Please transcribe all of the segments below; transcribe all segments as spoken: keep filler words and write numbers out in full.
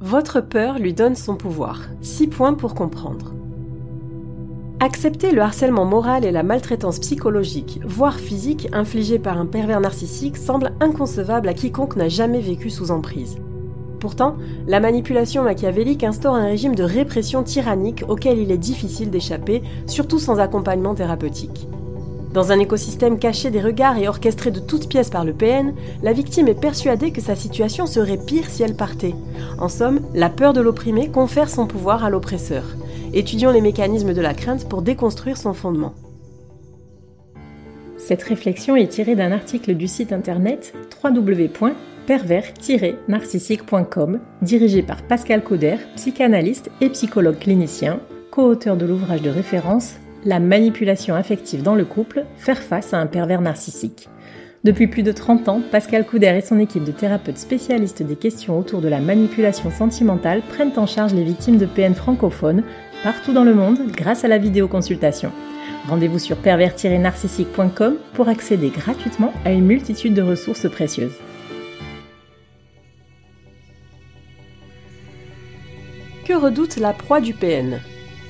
Votre peur lui donne son pouvoir. six points pour comprendre. Accepter le harcèlement moral et la maltraitance psychologique, voire physique, infligée par un pervers narcissique semble inconcevable à quiconque n'a jamais vécu sous emprise. Pourtant, la manipulation machiavélique instaure un régime de répression tyrannique auquel il est difficile d'échapper, surtout sans accompagnement thérapeutique. Dans un écosystème caché des regards et orchestré de toutes pièces par le P N, la victime est persuadée que sa situation serait pire si elle partait. En somme, la peur de l'opprimé confère son pouvoir à l'oppresseur. Étudions les mécanismes de la crainte pour déconstruire son fondement. Cette réflexion est tirée d'un article du site internet w w w point pervers tiret narcissique point com, dirigé par Pascal Couder, psychanalyste et psychologue clinicien, co-auteur de l'ouvrage de référence « La manipulation affective dans le couple, faire face à un pervers narcissique ». Depuis plus de trente ans, Pascal Couder et son équipe de thérapeutes spécialistes des questions autour de la manipulation sentimentale prennent en charge les victimes de P N francophones partout dans le monde grâce à la vidéoconsultation. Rendez-vous sur pervers tiret narcissique point com pour accéder gratuitement à une multitude de ressources précieuses. Que redoute la proie du P N ?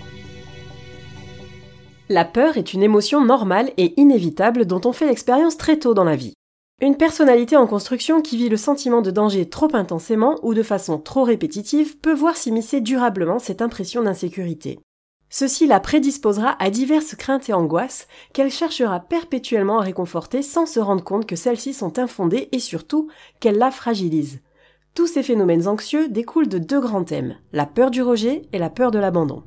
La peur est une émotion normale et inévitable dont on fait l'expérience très tôt dans la vie. Une personnalité en construction qui vit le sentiment de danger trop intensément ou de façon trop répétitive peut voir s'immiscer durablement cette impression d'insécurité. Ceci la prédisposera à diverses craintes et angoisses qu'elle cherchera perpétuellement à réconforter sans se rendre compte que celles-ci sont infondées et surtout qu'elles la fragilisent. Tous ces phénomènes anxieux découlent de deux grands thèmes, la peur du rejet et la peur de l'abandon.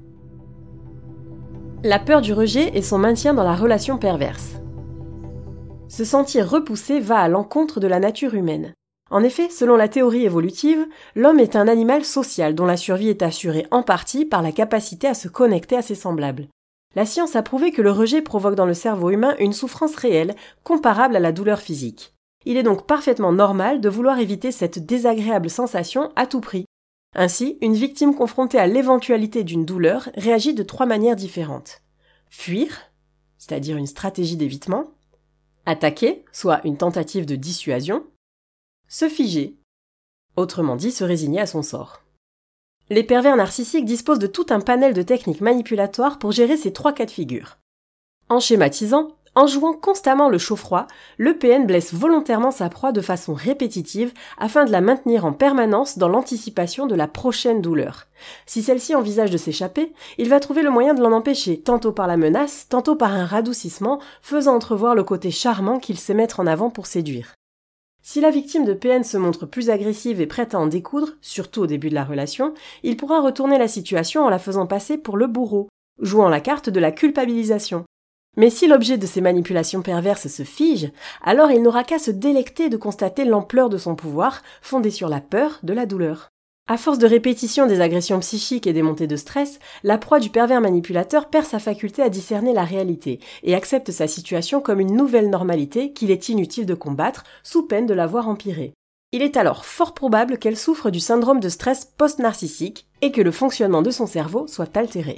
La peur du rejet et son maintien dans la relation perverse. Se sentir repoussé va à l'encontre de la nature humaine. En effet, selon la théorie évolutive, l'homme est un animal social dont la survie est assurée en partie par la capacité à se connecter à ses semblables. La science a prouvé que le rejet provoque dans le cerveau humain une souffrance réelle, comparable à la douleur physique. Il est donc parfaitement normal de vouloir éviter cette désagréable sensation à tout prix. Ainsi, une victime confrontée à l'éventualité d'une douleur réagit de trois manières différentes. Fuir, c'est-à-dire une stratégie d'évitement. Attaquer, soit une tentative de dissuasion. Se figer, autrement dit se résigner à son sort. Les pervers narcissiques disposent de tout un panel de techniques manipulatoires pour gérer ces trois cas de figure. En schématisant, en jouant constamment le chaud-froid, le P N blesse volontairement sa proie de façon répétitive afin de la maintenir en permanence dans l'anticipation de la prochaine douleur. Si celle-ci envisage de s'échapper, il va trouver le moyen de l'en empêcher, tantôt par la menace, tantôt par un radoucissement, faisant entrevoir le côté charmant qu'il sait mettre en avant pour séduire. Si la victime de P N se montre plus agressive et prête à en découdre, surtout au début de la relation, il pourra retourner la situation en la faisant passer pour le bourreau, jouant la carte de la culpabilisation. Mais si l'objet de ces manipulations perverses se fige, alors il n'aura qu'à se délecter de constater l'ampleur de son pouvoir, fondé sur la peur de la douleur. À force de répétition des agressions psychiques et des montées de stress, la proie du pervers manipulateur perd sa faculté à discerner la réalité et accepte sa situation comme une nouvelle normalité qu'il est inutile de combattre, sous peine de la voir empirer. Il est alors fort probable qu'elle souffre du syndrome de stress post-narcissique et que le fonctionnement de son cerveau soit altéré.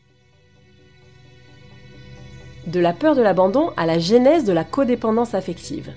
De la peur de l'abandon à la genèse de la codépendance affective.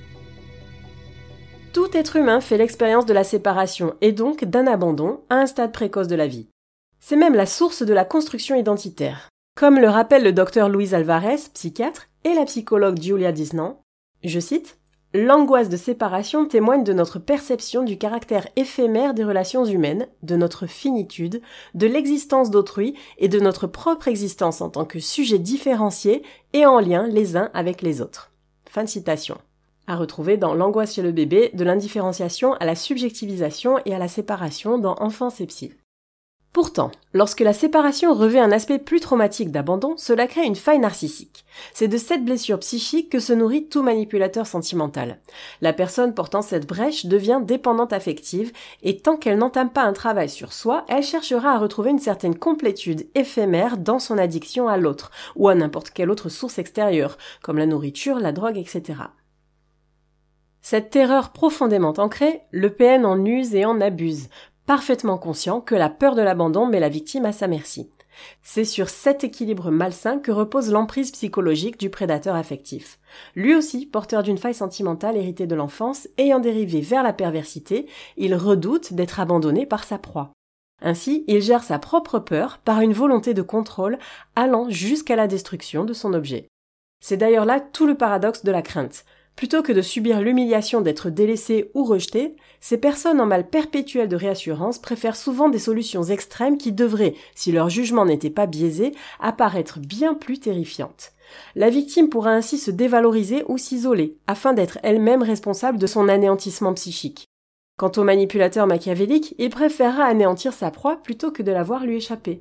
Tout être humain fait l'expérience de la séparation et donc d'un abandon à un stade précoce de la vie. C'est même la source de la construction identitaire. Comme le rappelle le docteur Luis Alvarez, psychiatre, et la psychologue Julia Disnan, je cite, « L'angoisse de séparation témoigne de notre perception du caractère éphémère des relations humaines, de notre finitude, de l'existence d'autrui et de notre propre existence en tant que sujet différencié et en lien les uns avec les autres. » Fin de citation. À retrouver dans L'angoisse chez le bébé, de l'indifférenciation à la subjectivisation et à la séparation dans Enfance et psy. Pourtant, lorsque la séparation revêt un aspect plus traumatique d'abandon, cela crée une faille narcissique. C'est de cette blessure psychique que se nourrit tout manipulateur sentimental. La personne portant cette brèche devient dépendante affective et tant qu'elle n'entame pas un travail sur soi, elle cherchera à retrouver une certaine complétude éphémère dans son addiction à l'autre ou à n'importe quelle autre source extérieure, comme la nourriture, la drogue, et cetera. Cette terreur profondément ancrée, le P N en use et en abuse, parfaitement conscient que la peur de l'abandon met la victime à sa merci. C'est sur cet équilibre malsain que repose l'emprise psychologique du prédateur affectif. Lui aussi, porteur d'une faille sentimentale héritée de l'enfance, ayant dérivé vers la perversité, il redoute d'être abandonné par sa proie. Ainsi, il gère sa propre peur par une volonté de contrôle allant jusqu'à la destruction de son objet. C'est d'ailleurs là tout le paradoxe de la crainte. Plutôt que de subir l'humiliation d'être délaissé ou rejeté, ces personnes en mal perpétuel de réassurance préfèrent souvent des solutions extrêmes qui devraient, si leur jugement n'était pas biaisé, apparaître bien plus terrifiantes. La victime pourra ainsi se dévaloriser ou s'isoler, afin d'être elle-même responsable de son anéantissement psychique. Quant au manipulateur machiavélique, il préférera anéantir sa proie plutôt que de la voir lui échapper.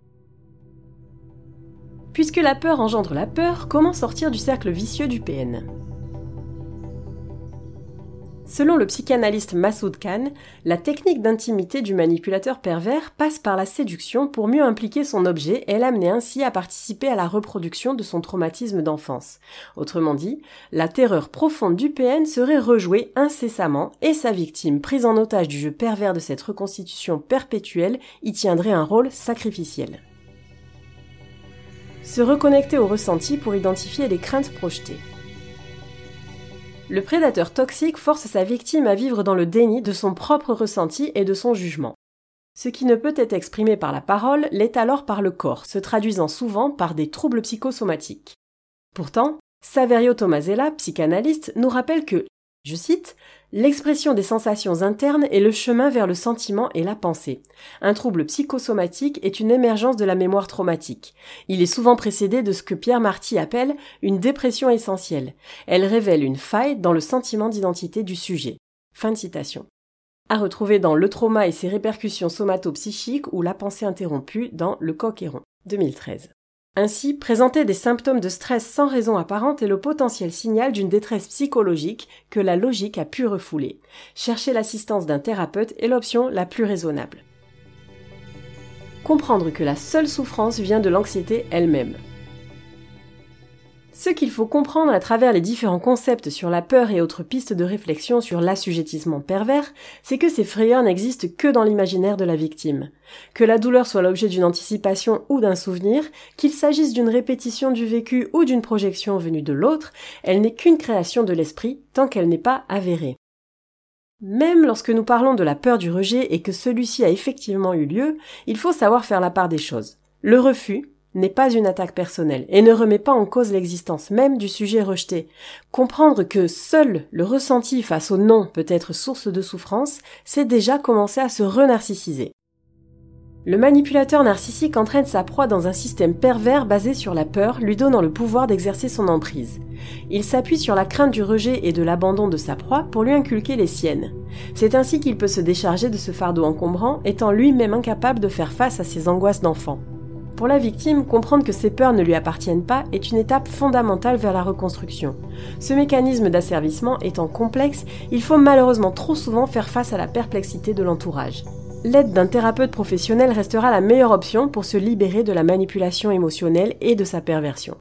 Puisque la peur engendre la peur, comment sortir du cercle vicieux du P N ? Selon le psychanalyste Massoud Khan, la technique d'intimité du manipulateur pervers passe par la séduction pour mieux impliquer son objet et l'amener ainsi à participer à la reproduction de son traumatisme d'enfance. Autrement dit, la terreur profonde du P N serait rejouée incessamment et sa victime, prise en otage du jeu pervers de cette reconstitution perpétuelle, y tiendrait un rôle sacrificiel. Se reconnecter au ressenti pour identifier les craintes projetées. Le prédateur toxique force sa victime à vivre dans le déni de son propre ressenti et de son jugement. Ce qui ne peut être exprimé par la parole l'est alors par le corps, se traduisant souvent par des troubles psychosomatiques. Pourtant, Saverio Tomasella, psychanalyste, nous rappelle que, je cite, « l'expression des sensations internes est le chemin vers le sentiment et la pensée. Un trouble psychosomatique est une émergence de la mémoire traumatique. Il est souvent précédé de ce que Pierre Marty appelle une dépression essentielle. Elle révèle une faille dans le sentiment d'identité du sujet. » Fin de citation. À retrouver dans Le trauma et ses répercussions somato-psychiques ou La pensée interrompue dans Le Coq-Héron, deux mille treize. Ainsi, présenter des symptômes de stress sans raison apparente est le potentiel signal d'une détresse psychologique que la logique a pu refouler. Chercher l'assistance d'un thérapeute est l'option la plus raisonnable. Comprendre que la seule souffrance vient de l'anxiété elle-même. Ce qu'il faut comprendre à travers les différents concepts sur la peur et autres pistes de réflexion sur l'assujettissement pervers, c'est que ces frayeurs n'existent que dans l'imaginaire de la victime. Que la douleur soit l'objet d'une anticipation ou d'un souvenir, qu'il s'agisse d'une répétition du vécu ou d'une projection venue de l'autre, elle n'est qu'une création de l'esprit tant qu'elle n'est pas avérée. Même lorsque nous parlons de la peur du rejet et que celui-ci a effectivement eu lieu, il faut savoir faire la part des choses. Le refus n'est pas une attaque personnelle et ne remet pas en cause l'existence même du sujet rejeté. Comprendre que seul le ressenti face au non peut être source de souffrance, c'est déjà commencer à se renarcissiser. Le manipulateur narcissique entraîne sa proie dans un système pervers basé sur la peur, lui donnant le pouvoir d'exercer son emprise. Il s'appuie sur la crainte du rejet et de l'abandon de sa proie pour lui inculquer les siennes. C'est ainsi qu'il peut se décharger de ce fardeau encombrant, étant lui-même incapable de faire face à ses angoisses d'enfant. Pour la victime, comprendre que ses peurs ne lui appartiennent pas est une étape fondamentale vers la reconstruction. Ce mécanisme d'asservissement étant complexe, il faut malheureusement trop souvent faire face à la perplexité de l'entourage. L'aide d'un thérapeute professionnel restera la meilleure option pour se libérer de la manipulation émotionnelle et de sa perversion.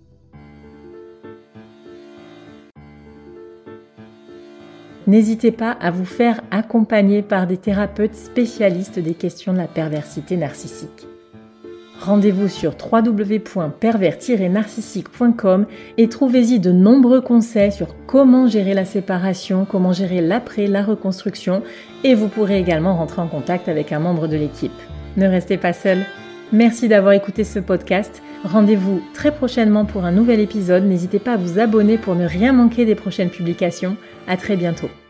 N'hésitez pas à vous faire accompagner par des thérapeutes spécialistes des questions de la perversité narcissique. Rendez-vous sur w w w point pervers tiret narcissique point com et trouvez-y de nombreux conseils sur comment gérer la séparation, comment gérer l'après, la reconstruction, et vous pourrez également rentrer en contact avec un membre de l'équipe. Ne restez pas seul. Merci d'avoir écouté ce podcast. Rendez-vous très prochainement pour un nouvel épisode. N'hésitez pas à vous abonner pour ne rien manquer des prochaines publications. À très bientôt.